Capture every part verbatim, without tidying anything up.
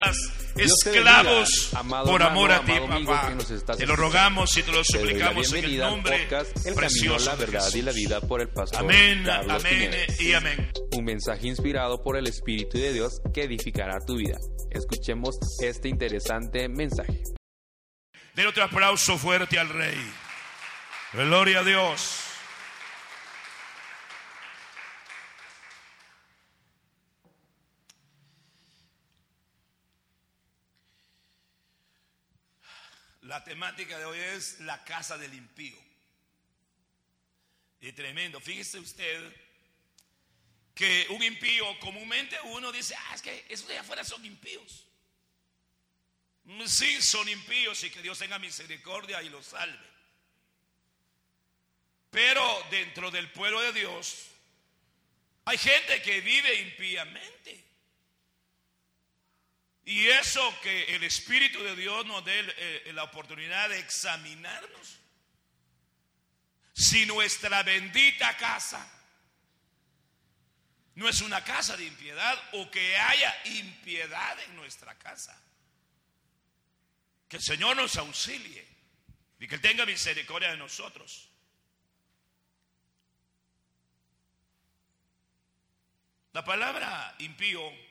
esclavos por amor a ti, papá. Te lo rogamos y te lo suplicamos en el nombre precioso la verdad y la vida por el pastor amén, Carlos amén Jiménez. y amén. Un mensaje inspirado por el Espíritu de Dios que edificará tu vida. Escuchemos este interesante mensaje. Den otro aplauso fuerte al Rey. Gloria a Dios. La temática de hoy es la casa del impío. Y tremendo. Fíjese usted que un impío, comúnmente uno dice, ah, es que esos de afuera son impíos. Sí, son impíos y que Dios tenga misericordia y los salve. Pero dentro del pueblo de Dios hay gente que vive impíamente. Y eso que el Espíritu de Dios nos dé eh, la oportunidad de examinarnos. Si nuestra bendita casa no es una casa de impiedad o que haya impiedad en nuestra casa. Que el Señor nos auxilie y que Él tenga misericordia de nosotros. La palabra impío,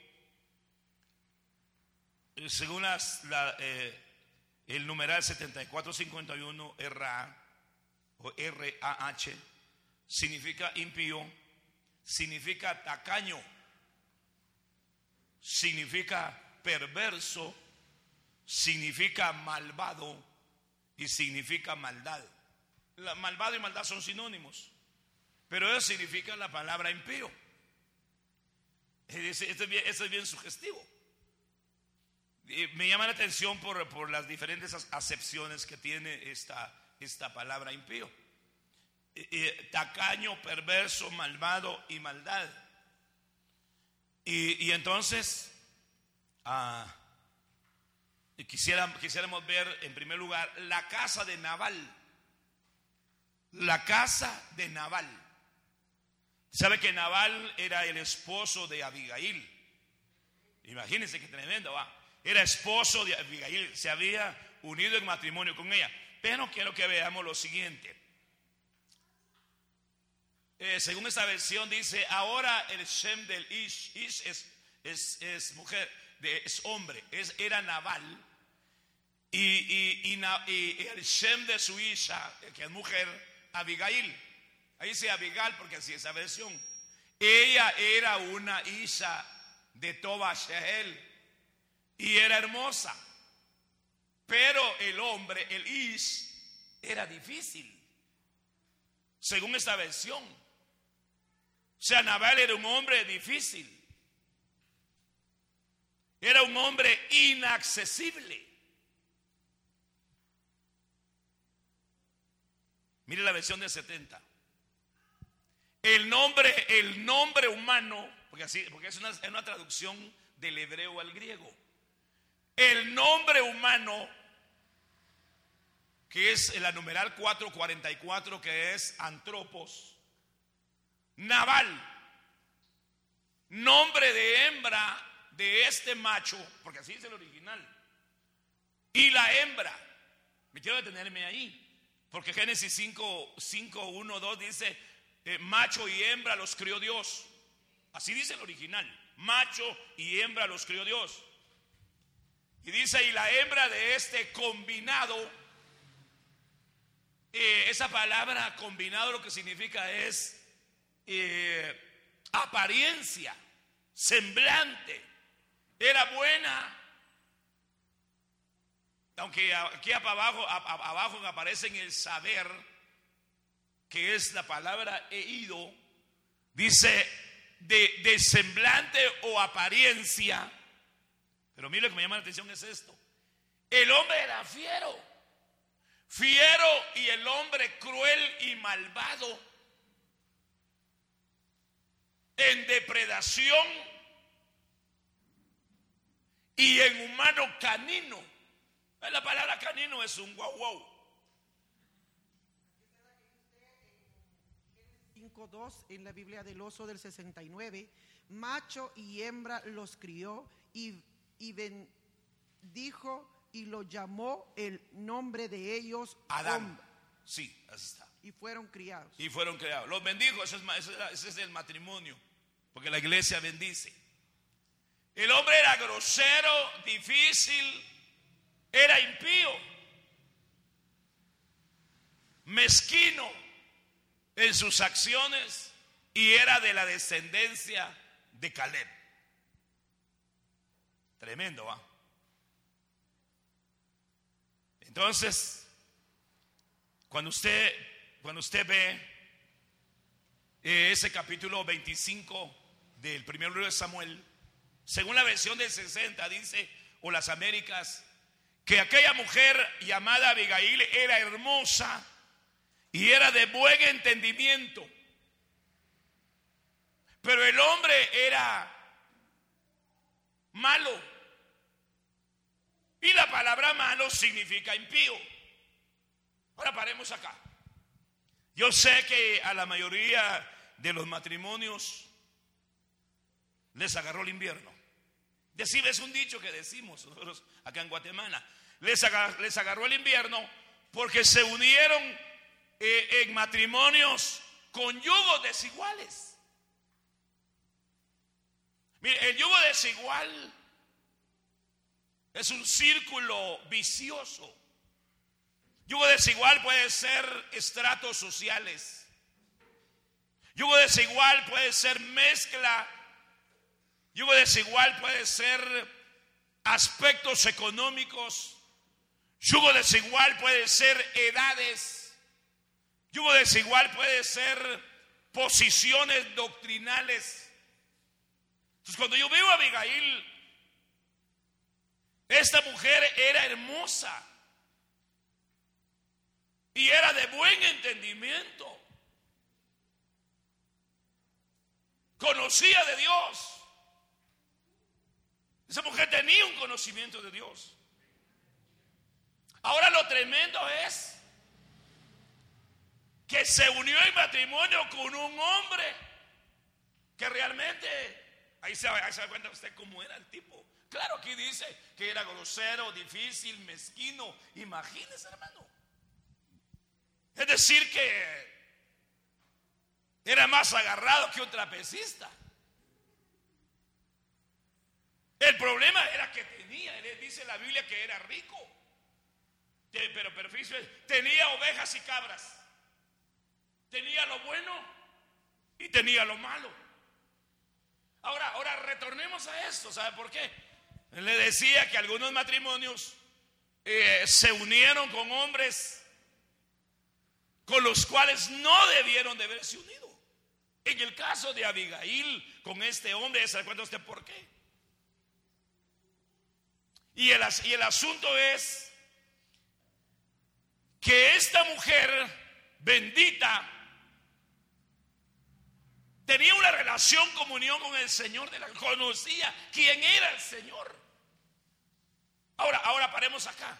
según las, la, eh, el numeral setenta y cuatro cincuenta y uno R A o R A H, significa impío, significa tacaño, significa perverso, significa malvado y significa maldad. La, malvado y maldad son sinónimos, pero eso significa la palabra impío. Esto es bien, esto es bien sugestivo. Me llama la atención por, por las diferentes acepciones que tiene esta, esta palabra impío. Eh, tacaño, perverso, malvado y maldad. Y, y entonces ah, quisiera, quisiéramos ver en primer lugar la casa de Nabal. La casa de Nabal. ¿Sabe que Nabal era el esposo de Abigail? Imagínense qué tremendo, va. Era esposo de Abigail, se había unido en matrimonio con ella. Pero quiero que veamos lo siguiente. Eh, según esta versión dice, ahora el Shem del Ish, Ish es, es, es mujer, de, es hombre, es, era Nabal. Y, y, y, y el Shem de su Isha, que es mujer, Abigail. Ahí dice Abigail porque así es esa versión. Ella era una Isha de Toba Shehel y era hermosa. Pero el hombre, el Ish, era difícil. Según esta versión. O sea, Nabal era un hombre difícil. Era un hombre inaccesible. Mire la versión de setenta. El nombre, el nombre humano, porque así, porque es una, es una traducción del hebreo al griego. El nombre humano, que es la numeral cuatrocientos cuarenta y cuatro, que es antropos. Nabal, nombre de hembra de este macho, porque así es el original. Y la hembra, me quiero detenerme ahí, porque Génesis cinco, cinco, uno, dos dice, eh, macho y hembra los crió Dios. Así dice el original, macho y hembra los crió Dios. Y dice, y la hembra de este combinado, eh, esa palabra combinado lo que significa es eh, apariencia, semblante. Era buena. Aunque aquí abajo, abajo aparece en el saber, que es la palabra eido, dice de, de semblante o apariencia. Pero mire, lo que me llama la atención es esto. El hombre era fiero. Fiero y el hombre cruel y malvado. En depredación y en humano canino. La palabra canino es un guau guau. cinco dos en la Biblia del Oso del sesenta y nueve, macho y hembra los crió y, y, ven, dijo y lo llamó el nombre de ellos Adán. hombre, Sí, así está. y fueron criados. Y fueron creados. Los bendijo, ese es, ma- ese era- ese es el matrimonio, porque la iglesia bendice. El hombre era grosero, difícil, era impío, mezquino en sus acciones y era de la descendencia de Caleb. Tremendo, ¿va? Entonces, cuando usted, cuando usted ve eh, ese capítulo veinticinco del primer libro de Samuel, según la versión del sesenta dice, o las Américas, que aquella mujer llamada Abigail era hermosa y era de buen entendimiento, pero el hombre era malo. Y la palabra malo significa impío. Ahora paremos acá. Yo sé que a la mayoría de los matrimonios les agarró el invierno. Decir es un dicho que decimos nosotros acá en Guatemala. Les agarró, les agarró el invierno porque se unieron eh, en matrimonios con yugos desiguales. Mire, el yugo desigual es un círculo vicioso. Yugo desigual puede ser estratos sociales. Yugo desigual puede ser mezcla. Yugo desigual puede ser aspectos económicos. Yugo desigual puede ser edades. Yugo desigual puede ser posiciones doctrinales. Entonces, cuando yo veo a Abigail, esta mujer era hermosa y era de buen entendimiento. Conocía de Dios. Esa mujer tenía un conocimiento de Dios. Ahora lo tremendo es que se unió en matrimonio con un hombre que realmente, ahí se, ahí se da cuenta usted cómo era el tipo. Claro, aquí dice que era grosero, difícil, mezquino. Imagínese, hermano. Es decir, que era más agarrado que un trapecista. El problema era que tenía, él dice la Biblia que era rico. Pero, pero fíjese, tenía ovejas y cabras. Tenía lo bueno y tenía lo malo. Ahora, ahora retornemos a esto. ¿Sabe por qué? Le decía que algunos matrimonios eh, se unieron con hombres con los cuales no debieron de haberse unido. En el caso de Abigail con este hombre, ¿se acuerda usted por qué? Y el, y el asunto es que esta mujer bendita tenía una relación, comunión con el Señor, de la, conocía quién era el Señor. Ahora, ahora paremos acá.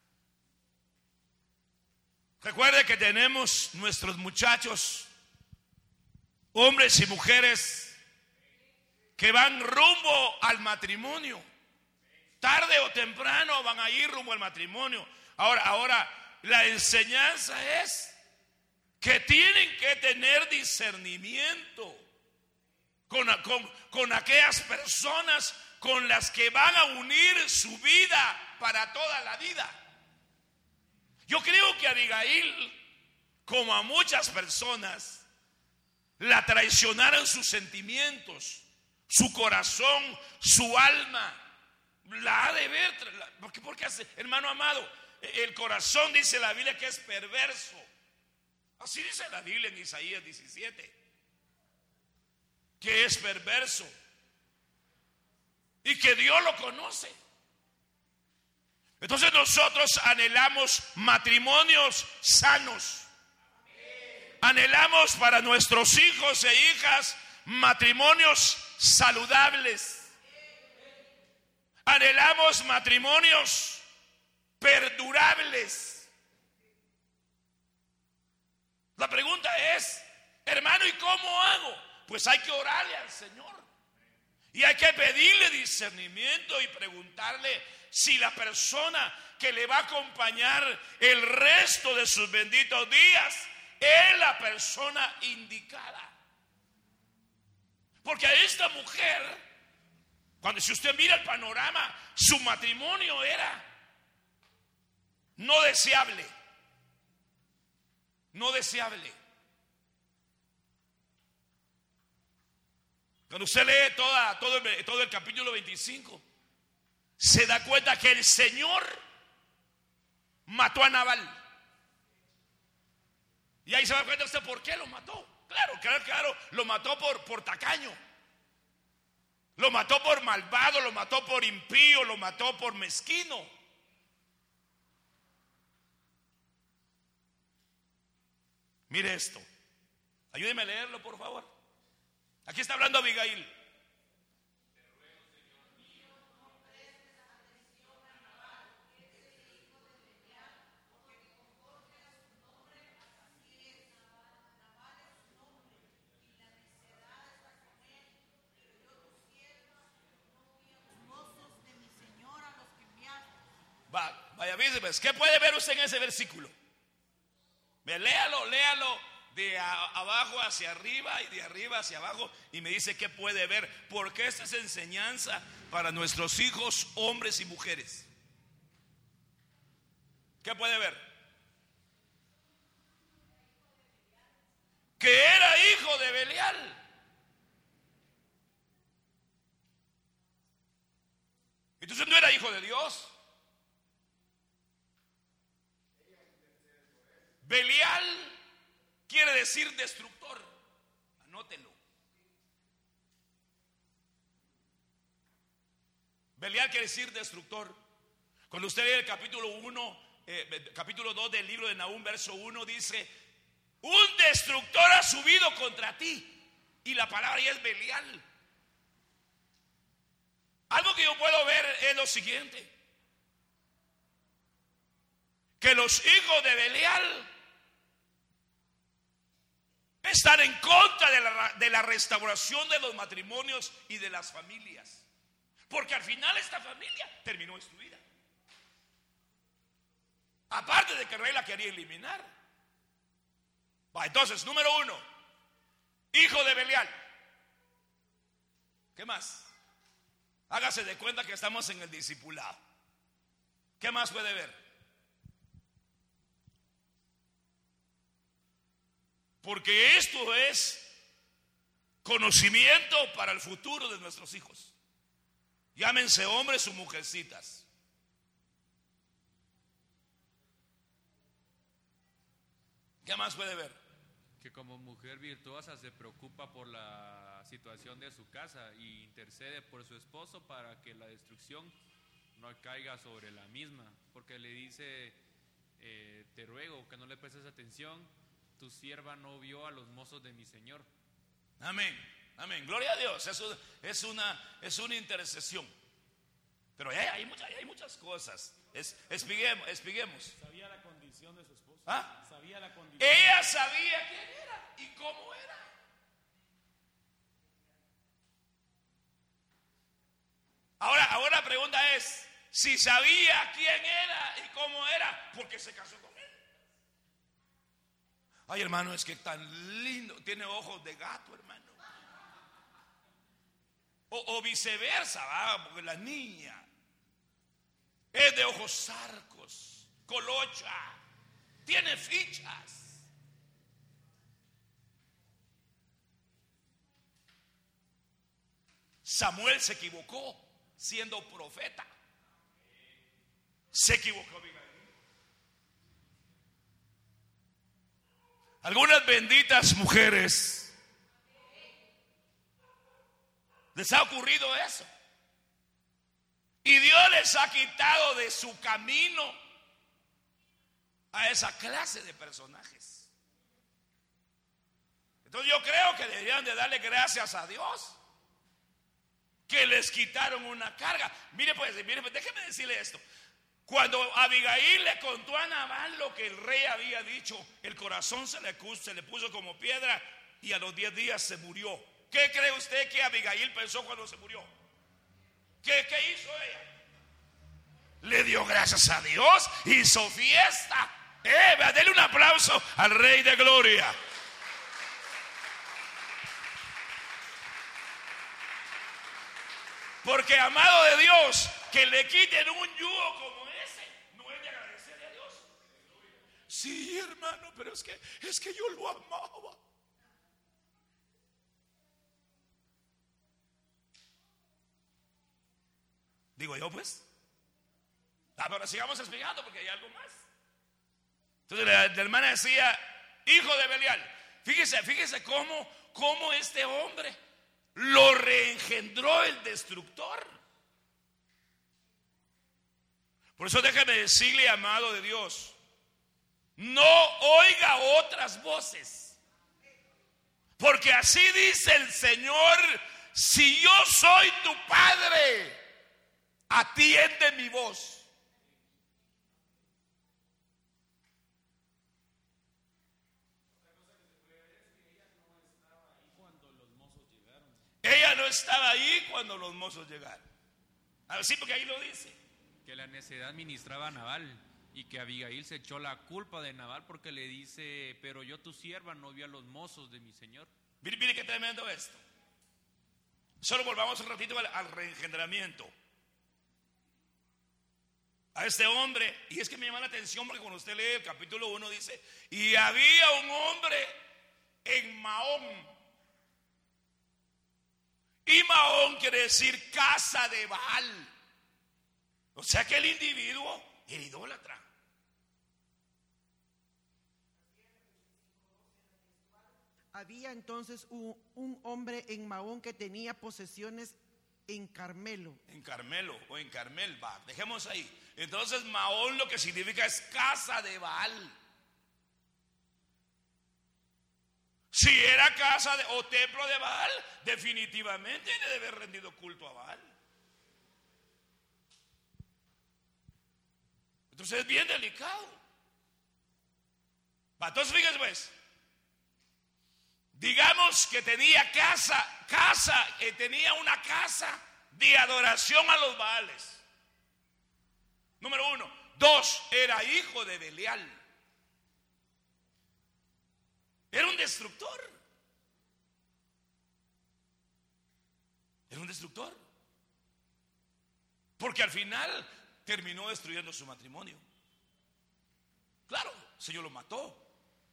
Recuerde que tenemos nuestros muchachos, hombres y mujeres, que van rumbo al matrimonio. Tarde o temprano van a ir rumbo al matrimonio. Ahora, ahora la enseñanza es que tienen que tener discernimiento con, con, con aquellas personas con las que van a unir su vida para toda la vida. Yo creo que Abigail, como a muchas personas, la traicionaron sus sentimientos, su corazón, su alma. La ha de ver. ¿Por qué? Porque hace, hermano amado, el corazón, dice la Biblia, que es perverso. Así dice la Biblia en Isaías diecisiete, que es perverso y que Dios lo conoce. Entonces nosotros anhelamos matrimonios sanos. Anhelamos para nuestros hijos e hijas matrimonios saludables. Anhelamos matrimonios perdurables. La pregunta es, hermano, ¿y cómo hago? Pues hay que orarle al Señor y hay que pedirle discernimiento y preguntarle si la persona que le va a acompañar el resto de sus benditos días es la persona indicada. Porque a esta mujer, cuando si usted mira el panorama, su matrimonio era no deseable. No deseable. Cuando usted lee toda, todo, el, todo el capítulo veinticinco, se da cuenta que el Señor mató a Nabal. Y ahí se da cuenta usted por qué lo mató. Claro, claro, claro, lo mató por, por tacaño. Lo mató por malvado, lo mató por impío, lo mató por mezquino. Mire esto. Ayúdeme a leerlo, por favor. Aquí está hablando Abigail. Va, vaya, pues, ¿qué puede ver usted en ese versículo? Me léalo, léalo de a, abajo hacia arriba y de arriba hacia abajo y me dice qué puede ver, porque esta es enseñanza para nuestros hijos, hombres y mujeres. ¿Qué puede ver? Que era hijo de Belial. Entonces no era hijo de Dios. Belial quiere decir destructor. Anótelo. Belial quiere decir destructor. Cuando usted lee el capítulo uno, eh, capítulo dos del libro de Nahum, verso uno, dice: un destructor ha subido contra ti. Y la palabra ahí es Belial. Algo que yo puedo ver es lo siguiente: que los hijos de Belial están en contra de la, de la restauración de los matrimonios y de las familias, porque al final esta familia terminó destruida. Aparte de que el rey la quería eliminar. Va, entonces, número uno, hijo de Belial. ¿Qué más? Hágase de cuenta que estamos en el discipulado. ¿Qué más puede ver? Porque esto es conocimiento para el futuro de nuestros hijos. Llámense hombres o mujercitas. ¿Qué más puede ver? Que como mujer virtuosa se preocupa por la situación de su casa y intercede por su esposo para que la destrucción no caiga sobre la misma. Porque le dice, eh, te ruego que no le prestes atención, tu sierva no vio a los mozos de mi Señor. Amén, amén, gloria a Dios. Eso es una, es una intercesión. Pero hay, hay, muchas, hay muchas cosas. Es, espiguemos, espiguemos. Sabía la condición de su esposo. ¿Ah? Sabía la condición. Ella sabía quién era y cómo era. Ahora, ahora la pregunta es: si sabía quién era y cómo era, ¿por qué se casó con él? Ay, hermano, es que tan lindo, tiene ojos de gato, hermano. O, o viceversa, ¿va? Porque la niña es de ojos zarcos, colocha, tiene fichas. Samuel se equivocó siendo profeta. Se equivocó Abigail. Algunas benditas mujeres les ha ocurrido eso. Y Dios les ha quitado de su camino a esa clase de personajes. Entonces yo creo que deberían de darle gracias a Dios que les quitaron una carga. Mire pues, mire pues, déjeme decirle esto. Cuando Abigail le contó a Nabal lo que el rey había dicho, el corazón se le, se le puso como piedra y a los diez días se murió. ¿Qué cree usted que Abigail pensó cuando se murió? ¿Qué, qué hizo ella? le dio gracias a Dios, hizo fiesta. Eh, denle un aplauso al Rey de Gloria. Porque, amado de Dios, que le quiten un yugo como ese, no es de agradecerle a Dios. Sí, hermano, pero es que, es que yo lo amaba. Digo yo, pues. Ah, pero sigamos explicando porque hay algo más. Entonces la, la hermana decía, hijo de Belial. Fíjese, fíjese cómo, cómo este hombre lo reengendró el destructor. Por eso déjeme decirle, amado de Dios, no oiga otras voces, porque así dice el Señor: si yo soy tu padre, atiende mi voz. Ella no estaba ahí cuando los mozos llegaron. Así, porque ahí lo dice. Que la necedad ministraba a Nabal y que Abigail se echó la culpa de Nabal porque le dice: pero yo tu sierva no vi a los mozos de mi señor. Mire, mire qué tremendo esto. Solo volvamos un ratito al, al reengendramiento. A este hombre, y es que me llama la atención porque cuando usted lee el capítulo uno dice: y había un hombre en Maón. Y Maón quiere decir casa de Baal. O sea que el individuo era idólatra. Había entonces un, un hombre en Maón que tenía posesiones en Carmelo. En Carmelo o en Carmel, va. Dejemos ahí. Entonces Maón lo que significa es casa de Baal. Si era casa de, o templo de Baal, definitivamente le debe haber rendido culto a Baal. Entonces es bien delicado. Entonces fíjense pues, digamos que tenía casa, casa, eh, tenía una casa de adoración a los Baales. Número uno. Dos, era hijo de Belial. Era un destructor. Era un destructor. Porque al final terminó destruyendo su matrimonio. Claro, el Señor lo mató.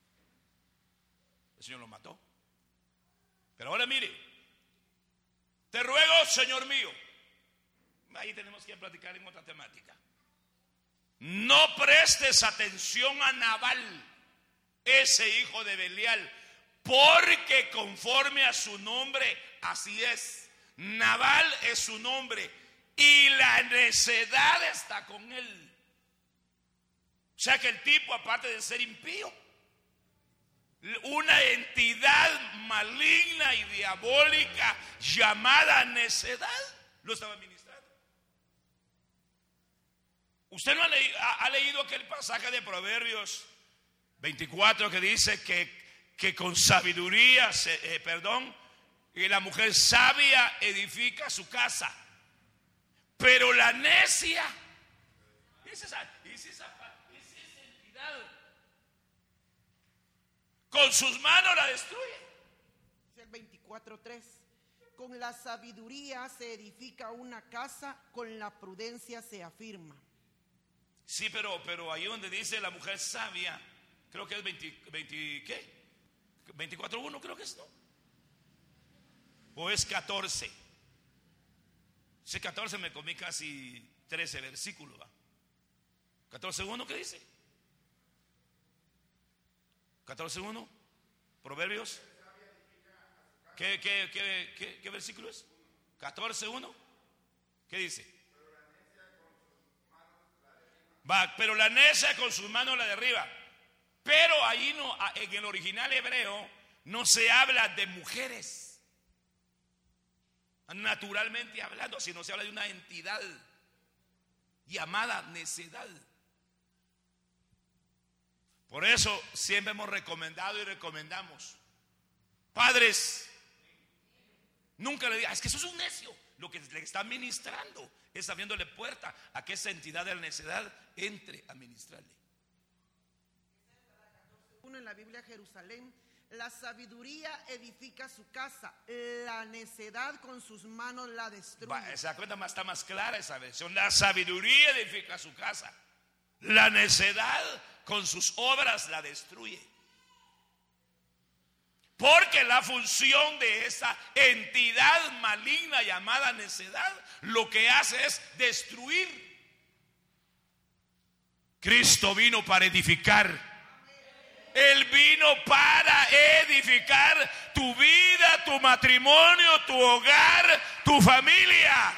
El Señor lo mató. Pero ahora mire, te ruego, Señor mío, ahí tenemos que platicar en otra temática. No prestes atención a Nabal, ese hijo de Belial, porque conforme a su nombre, así es. Nabal es su nombre y la necedad está con él. O sea que el tipo, aparte de ser impío, una entidad maligna y diabólica llamada necedad lo estaba ministrando. ¿Usted no ha, le, ha, ha leído aquel pasaje de Proverbios veinticuatro que dice que, que con sabiduría, se, eh, perdón, que la mujer sabia edifica su casa, pero la necia, es esa, es esa, es esa entidad, con sus manos la destruye? Es el veinticuatro tres. Con la sabiduría se edifica una casa, con la prudencia se afirma. Sí, pero, pero ahí donde dice la mujer sabia, creo que es veinte, veinte ¿qué? veinticuatro uno creo que es, ¿no? ¿O es catorce? Ese catorce me comí casi trece versículos, ¿va? catorce uno, ¿qué dice? catorce uno, Proverbios. ¿Qué, qué, qué, qué, qué versículo es? catorce uno. ¿Qué dice? Va, pero la necia con sus manos la derriba. Pero ahí no, en el original hebreo no se habla de mujeres, naturalmente hablando, sino se habla de una entidad llamada necedad. Por eso siempre hemos recomendado y recomendamos, padres, nunca le digan: es que eso es un necio. Lo que le está ministrando es abriéndole puerta a que esa entidad de la necedad entre a ministrarle. Uno en la Biblia, Jerusalén: la sabiduría edifica su casa, la necedad con sus manos la destruye. Va, esa cuenta más, está más clara esa versión. La sabiduría edifica su casa, la necedad con sus obras la destruye. Porque la función de esa entidad maligna llamada necedad lo que hace es destruir. Cristo vino para edificar. Él vino para edificar tu vida, tu matrimonio, tu hogar, tu familia.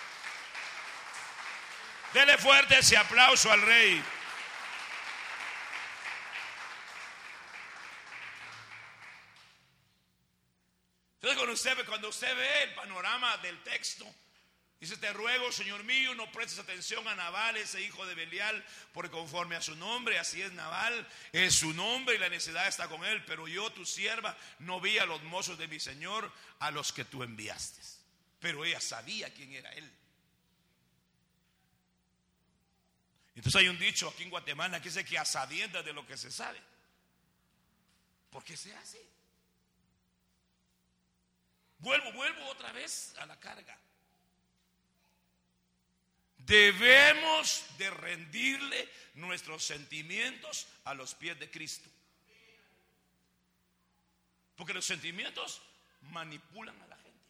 Dele fuerte ese aplauso al Rey. Entonces cuando usted, cuando usted ve el panorama del texto, dice: te ruego, Señor mío, no prestes atención a Nabal, ese hijo de Belial, porque conforme a su nombre, así es Nabal, es su nombre y la necedad está con él. Pero yo, tu sierva, no vi a los mozos de mi Señor, a los que tú enviaste. Pero ella sabía quién era él. Entonces hay un dicho aquí en Guatemala que dice que a sabiendas de lo que se sabe. ¿Por qué se hace? Vuelvo, vuelvo otra vez a la carga. Debemos de rendirle nuestros sentimientos a los pies de Cristo. Porque los sentimientos manipulan a la gente.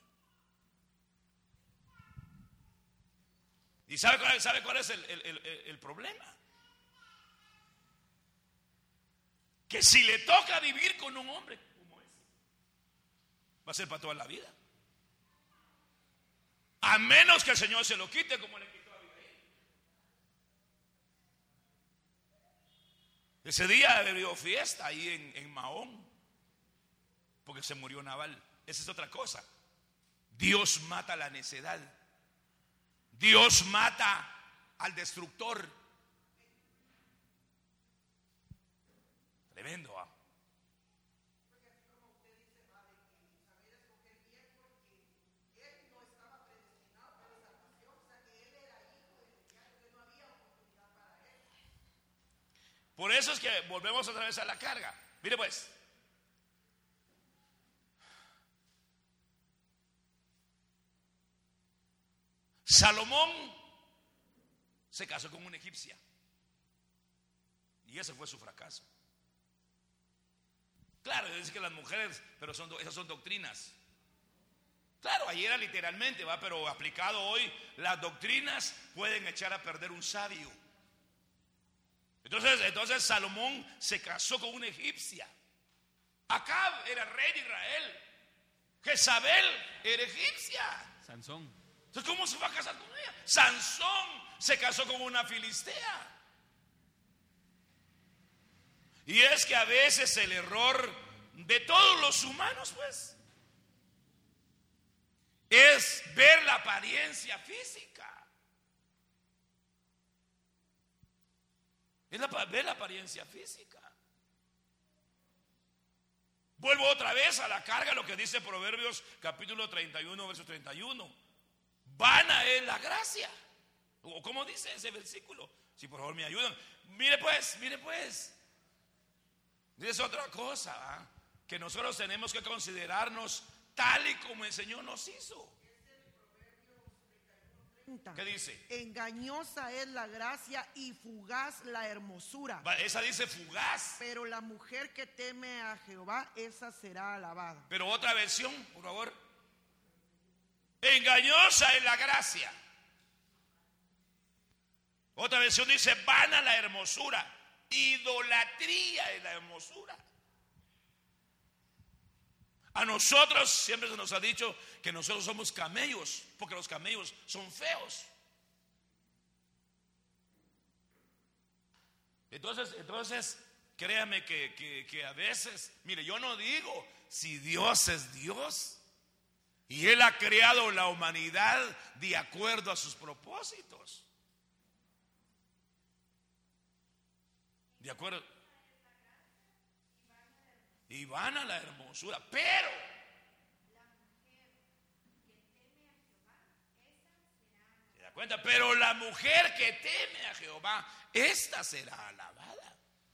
¿Y sabe cuál, sabe cuál es el, el, el, el problema? Que si le toca vivir con un hombre como ese, va a ser para toda la vida. A menos que el Señor se lo quite, como le quitó a Abigail. Ese día habido fiesta ahí en, en Mahón, porque se murió Nabal. Esa es otra cosa. Dios mata la necedad. Dios mata al destructor. Tremendo, ¿ah? Por eso es que volvemos otra vez a la carga. Mire pues, Salomón se casó con una egipcia y ese fue su fracaso. Claro, dice que las mujeres, pero son, esas son doctrinas. Claro, ahí era literalmente, va, pero aplicado hoy, las doctrinas pueden echar a perder un sabio. Entonces, entonces Salomón se casó con una egipcia. Acab era rey de Israel. Jezabel era egipcia. Sansón. Entonces, ¿cómo se va a casar con ella? Sansón se casó con una filistea. Y es que a veces el error de todos los humanos, pues, es ver la apariencia física. Es la, ver la apariencia física. Vuelvo otra vez a la carga lo que dice Proverbios capítulo treinta y uno, verso treinta y uno. Vana es la gracia. O como dice ese versículo. Si por favor me ayudan. Mire pues, mire pues. Dice otra cosa, ¿eh? Que nosotros tenemos que considerarnos tal y como el Señor nos hizo. ¿Qué dice? Engañosa es la gracia y fugaz la hermosura. Esa dice fugaz. Pero la mujer que teme a Jehová, esa será alabada. Pero otra versión, por favor. Engañosa es la gracia. Otra versión dice vana la hermosura. Idolatría es la hermosura. A nosotros siempre se nos ha dicho que nosotros somos camellos, porque los camellos son feos. Entonces, entonces créame que, que, que a veces, mire, yo no digo si Dios es Dios y Él ha creado la humanidad de acuerdo a sus propósitos. De acuerdo. Y van a la hermosura, pero ¿de Cuenta, pero la mujer que teme a Jehová, esta será alabada.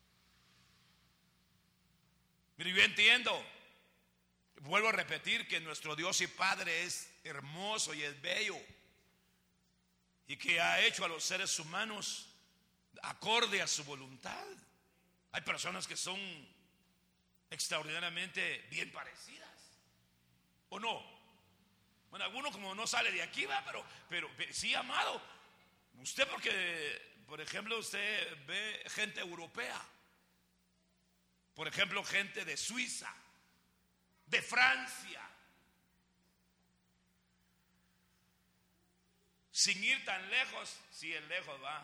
Mire, yo entiendo, vuelvo a repetir que nuestro Dios y Padre es hermoso y es bello, y que ha hecho a los seres humanos acorde a su voluntad. Hay personas que son extraordinariamente bien parecidas, ¿o no? Bueno, alguno como no sale de aquí, va, pero, pero, pero sí, amado. Usted, porque, por ejemplo, usted ve gente europea, por ejemplo, gente de Suiza, de Francia, sin ir tan lejos, si es lejos, va,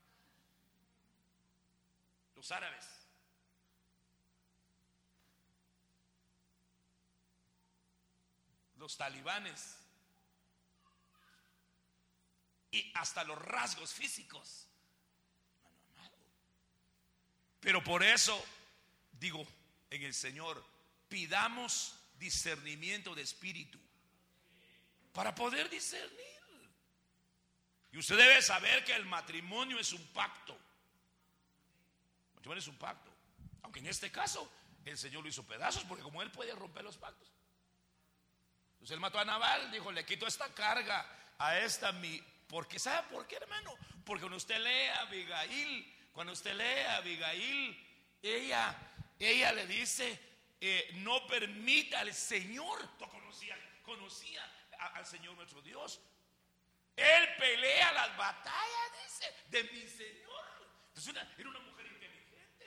los árabes. Los talibanes, y hasta los rasgos físicos. Pero por eso digo en el Señor, pidamos discernimiento de espíritu para poder discernir. Y usted debe saber que el matrimonio es un pacto. El matrimonio es un pacto, aunque en este caso el Señor lo hizo pedazos, porque como Él puede romper los pactos. Entonces Él mató a Nabal, dijo, le quito esta carga a esta mi. Porque ¿sabe por qué, hermano? Porque cuando usted lee a Abigail, cuando usted lee a Abigail, ella, ella le dice, eh, no permita al Señor. Tú conocía, conocía a, al Señor nuestro Dios. Él pelea las batallas, dice, de mi Señor. Entonces una, era una mujer inteligente.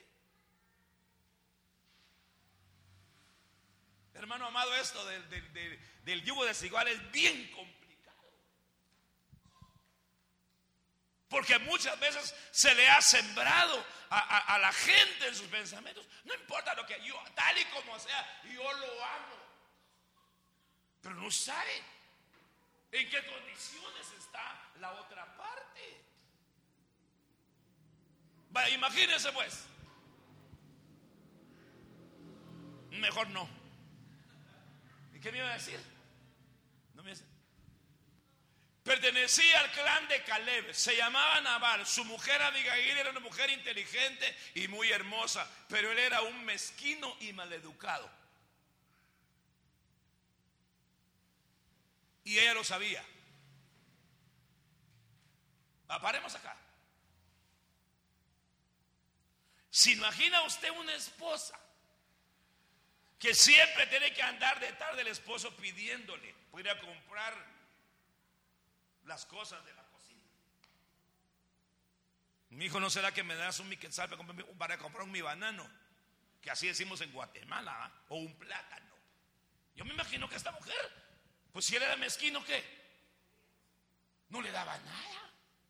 Hermano amado, esto del, del, del, del yugo desigual es bien complicado. Porque muchas veces se le ha sembrado a, a, a la gente en sus pensamientos. No importa lo que yo, tal y como sea, yo lo amo. Pero no sabe en qué condiciones está la otra parte. Vaya, imagínense pues. Mejor no. ¿Y qué me iba a decir? No me dice. Pertenecía al clan de Caleb, se llamaba Nabal. Su mujer Abigail era una mujer inteligente y muy hermosa, pero él era un mezquino y maleducado. Y ella lo sabía. Paremos acá. ¿Se imagina usted una esposa que siempre tiene que andar detrás del esposo pidiéndole para ir a comprar las cosas de la cocina? Mi hijo, ¿no será que me das un miquetzal para comprar, para comprar un mi banano? Que así decimos en Guatemala, ¿eh? O un plátano. Yo me imagino que esta mujer, pues si él era mezquino, ¿qué? No le daba nada.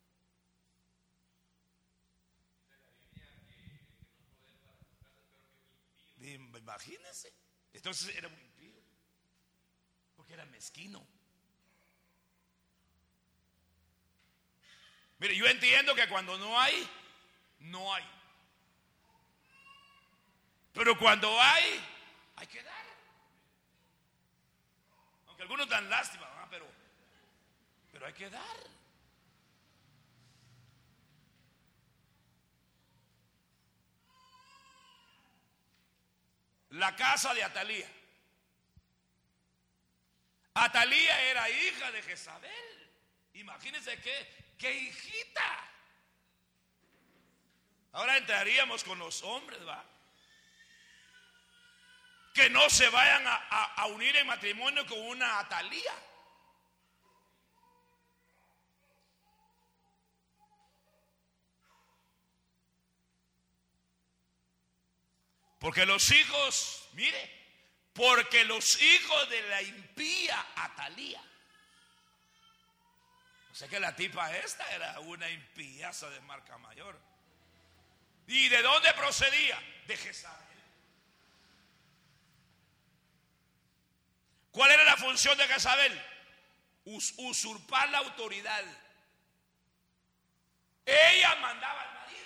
Imagínense. Entonces era un impío, porque era mezquino. Mire, yo entiendo que cuando no hay, no hay. Pero cuando hay, hay que dar. Aunque algunos dan lástima, ¿verdad? Pero, pero hay que dar. La casa de Atalía. Atalía era hija de Jezabel. Imagínense qué, qué hijita. Ahora entraríamos con los hombres, ¿va? Que no se vayan a, a, a unir en matrimonio con una Atalía. Porque los hijos, mire, porque los hijos de la impía Atalía. O sea que la tipa esta era una impíaza de marca mayor. ¿Y de dónde procedía? De Jezabel. ¿Cuál era la función de Jezabel? Us- usurpar la autoridad. Ella mandaba al marido.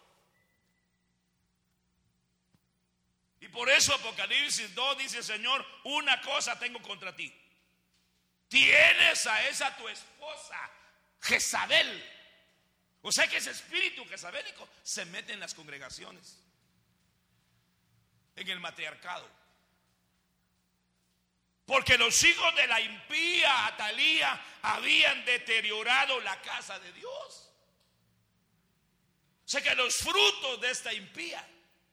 Y por eso Apocalipsis dos dice: Señor, una cosa tengo contra ti. Tienes a esa tu esposa Jezabel. O sea que ese espíritu jezabélico se mete en las congregaciones, en el matriarcado. Porque los hijos de la impía Atalía habían deteriorado la casa de Dios. O sea que los frutos de esta impía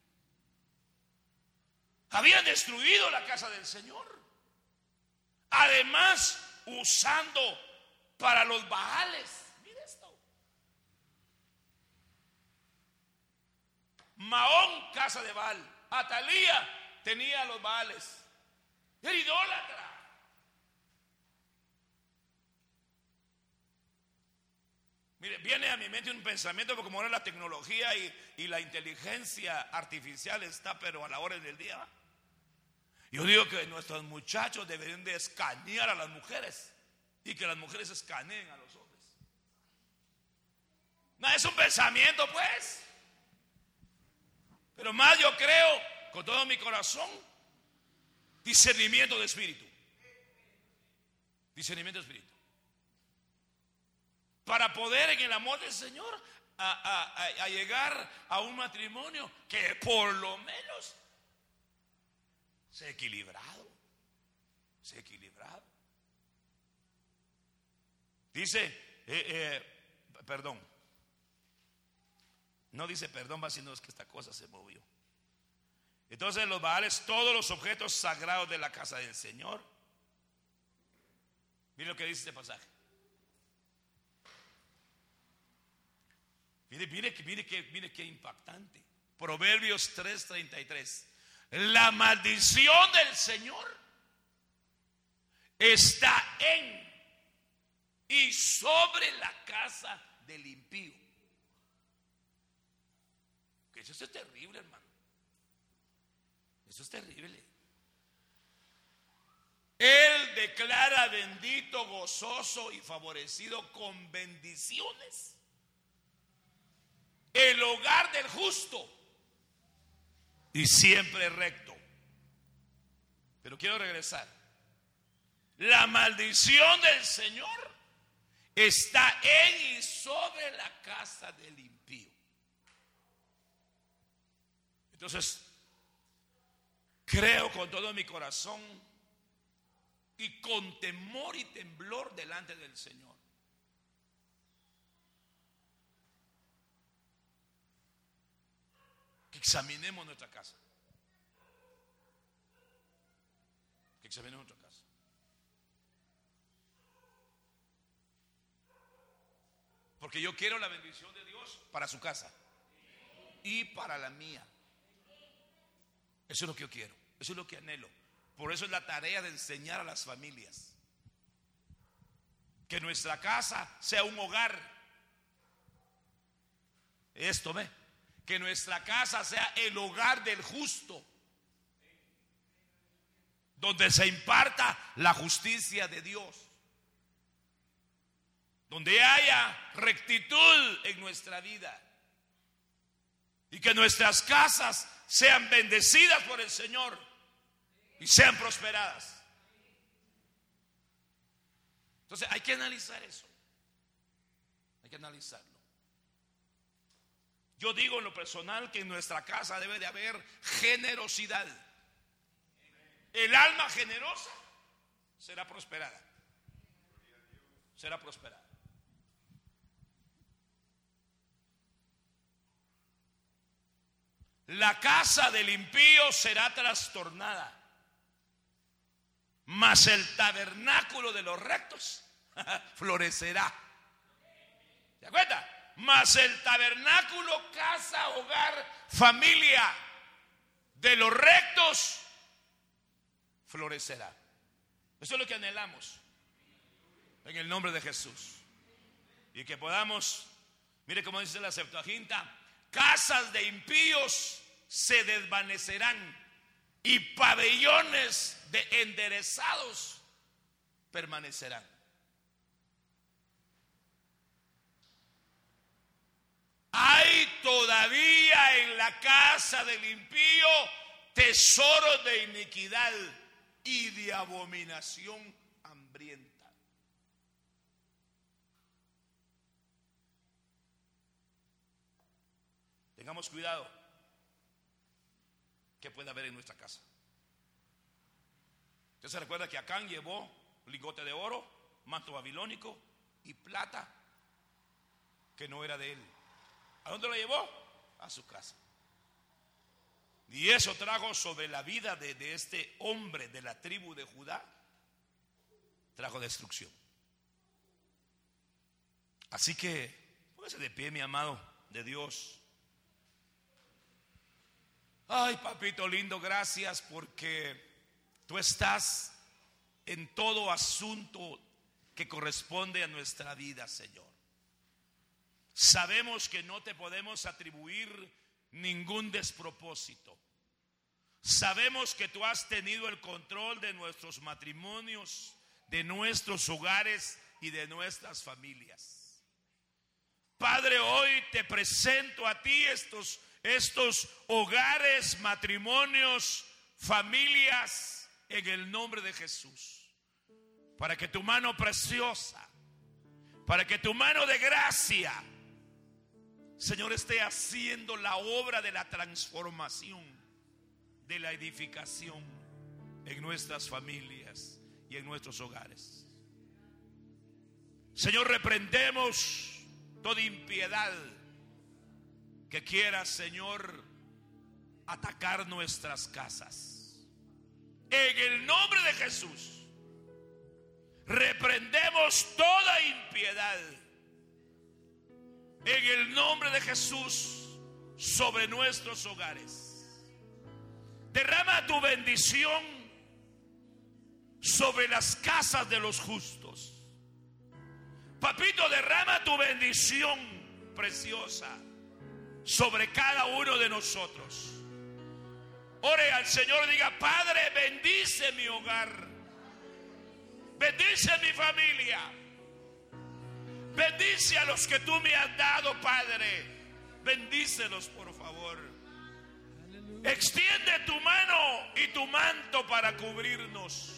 habían destruido la casa del Señor. Además, usando para los Baales. Mira esto. Mahón, casa de Baal. Atalía tenía los Baales. Era idólatra. Mire, viene a mi mente un pensamiento, porque como ahora la tecnología y, y la inteligencia artificial está pero a la hora del día. Yo digo que nuestros muchachos deberían de escanear a las mujeres y que las mujeres escaneen a los hombres. No es un pensamiento, pues. Pero más yo creo con todo mi corazón, discernimiento de espíritu. Discernimiento de espíritu. Para poder en el amor del Señor a, a, a, a llegar a un matrimonio que por lo menos sea equilibrado. Sea equilibrado. Dice, eh, eh, perdón. No dice perdón, va sino es que esta cosa se movió. Entonces los Baales, todos los objetos sagrados de la casa del Señor. Mire lo que dice este pasaje. Mire, mire, mire, mire, mire qué impactante. Proverbios tres treinta y tres. La maldición del Señor está en y sobre la casa del impío. Que eso es terrible, hermano. Eso es terrible. Él declara bendito, gozoso y favorecido con bendiciones el hogar del justo y siempre recto. Pero quiero regresar. La maldición del Señor está en y sobre la casa del impío. Entonces, creo con todo mi corazón y con temor y temblor delante del Señor que examinemos nuestra casa. Que examinemos nuestra casa. Porque yo quiero la bendición de Dios para su casa y para la mía. Eso es lo que yo quiero, eso es lo que anhelo. Por eso es la tarea de enseñar a las familias que nuestra casa sea un hogar. Esto ve, que nuestra casa sea el hogar del justo, donde se imparta la justicia de Dios, donde haya rectitud en nuestra vida y que nuestras casas sean bendecidas por el Señor y sean prosperadas. Entonces hay que analizar eso. Hay que analizarlo. Yo digo en lo personal que en nuestra casa debe de haber generosidad. El alma generosa será prosperada. Será prosperada. La casa del impío será trastornada, mas el tabernáculo de los rectos florecerá. ¿Se acuerda? Mas el tabernáculo, casa, hogar, familia de los rectos florecerá. Eso es lo que anhelamos en el nombre de Jesús. Y que podamos, mire cómo dice la Septuaginta, casas de impíos se desvanecerán y pabellones de enderezados permanecerán. Hay todavía en la casa del impío tesoros de iniquidad y de abominación hambrienta. Tengamos cuidado. ¿Qué puede haber en nuestra casa? Usted se recuerda que Acán llevó un lingote de oro, manto babilónico y plata que no era de él. ¿A dónde lo llevó? A su casa. Y eso trajo sobre la vida de, de este hombre de la tribu de Judá, trajo destrucción. Así que póngase de pie, mi amado de Dios. Ay, papito lindo, gracias porque tú estás en todo asunto que corresponde a nuestra vida, Señor. Sabemos que no te podemos atribuir ningún despropósito. Sabemos que tú has tenido el control de nuestros matrimonios, de nuestros hogares y de nuestras familias. Padre, hoy te presento a ti estos, estos hogares, matrimonios, familias, en el nombre de Jesús. Para que tu mano preciosa, para que tu mano de gracia, Señor, esté haciendo la obra de la transformación, de la edificación en nuestras familias y en nuestros hogares. Señor, reprendemos toda impiedad que quiera, Señor, atacar nuestras casas. En el nombre de Jesús, reprendemos toda impiedad. En el nombre de Jesús, sobre nuestros hogares. Derrama tu bendición sobre las casas de los justos. Papito, derrama tu bendición preciosa sobre cada uno de nosotros. Ore al Señor, diga: Padre, bendice mi hogar, bendice mi familia, bendice a los que tú me has dado, Padre, bendícelos por favor. Extiende tu mano y tu manto para cubrirnos.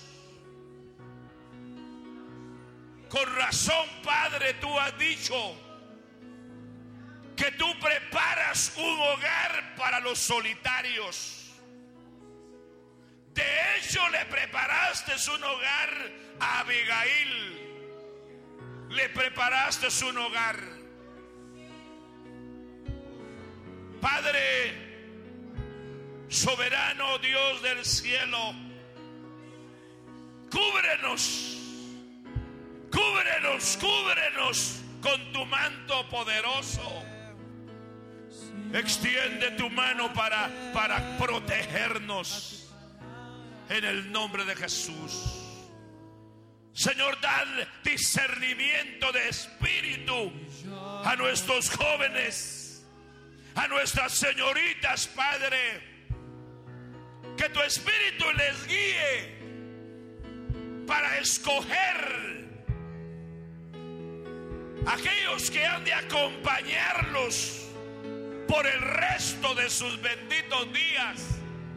Con razón, Padre, tú has dicho que tú preparas un hogar para los solitarios. De hecho, le preparaste un hogar a Abigail. Le preparaste un hogar. Padre soberano, Dios del cielo, cúbrenos, cúbrenos, cúbrenos con tu manto poderoso. Extiende tu mano para, para protegernos en el nombre de Jesús. Señor, da discernimiento de espíritu a nuestros jóvenes, a nuestras señoritas, Padre. Que tu espíritu les guíe para escoger aquellos que han de acompañarlos por el resto de sus benditos días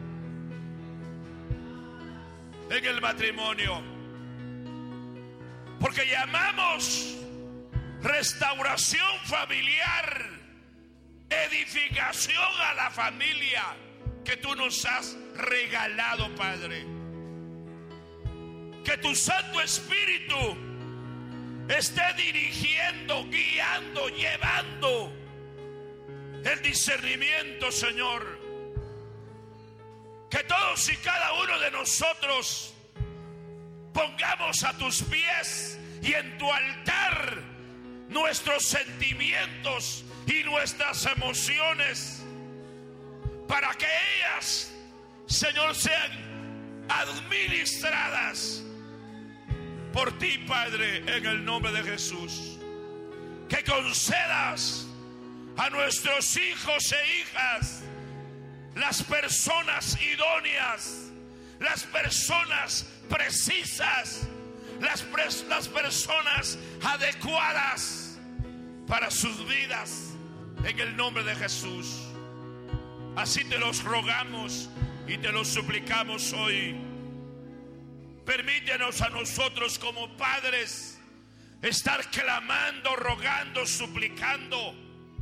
en el matrimonio. Porque llamamos restauración familiar, edificación a la familia que tú nos has regalado, Padre. Que tu Santo Espíritu esté dirigiendo, guiando, llevando el discernimiento, Señor. Que todos y cada uno de nosotros pongamos a tus pies y en tu altar nuestros sentimientos y nuestras emociones, para que ellas, Señor, sean administradas por ti, Padre, en el nombre de Jesús. Que concedas a nuestros hijos e hijas las personas idóneas, las personas precisas, las, pres- las personas adecuadas para sus vidas, en el nombre de Jesús. Así te los rogamos y te los suplicamos hoy. Permítenos a nosotros como padres estar clamando, rogando, suplicando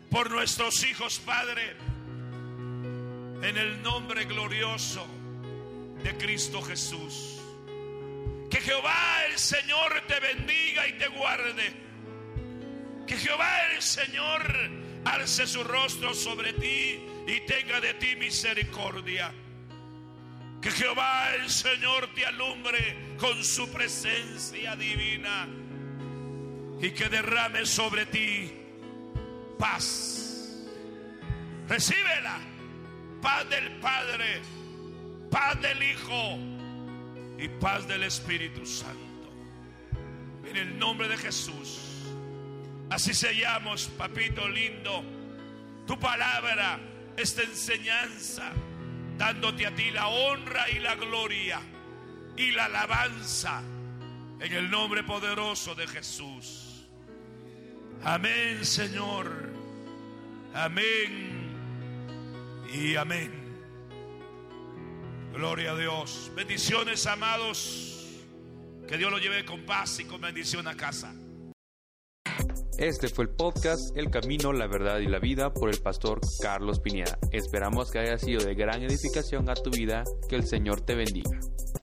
por nuestros hijos, Padre, en el nombre glorioso de Cristo Jesús. Que Jehová el Señor te bendiga y te guarde. Que Jehová el Señor alce su rostro sobre ti y tenga de ti misericordia. Que Jehová el Señor te alumbre con su presencia divina y que derrame sobre ti paz. Recíbela. Paz del Padre, paz del Hijo y paz del Espíritu Santo. En el nombre de Jesús. Así sellamos, papito lindo, tu palabra, esta enseñanza, dándote a ti la honra y la gloria y la alabanza en el nombre poderoso de Jesús. Amén, Señor. Amén y amén. Gloria a Dios. Bendiciones, amados. Que Dios lo lleve con paz y con bendición a casa. Este fue el podcast El Camino, la Verdad y la Vida por el pastor Carlos Pineda. Esperamos que haya sido de gran edificación a tu vida. Que el Señor te bendiga.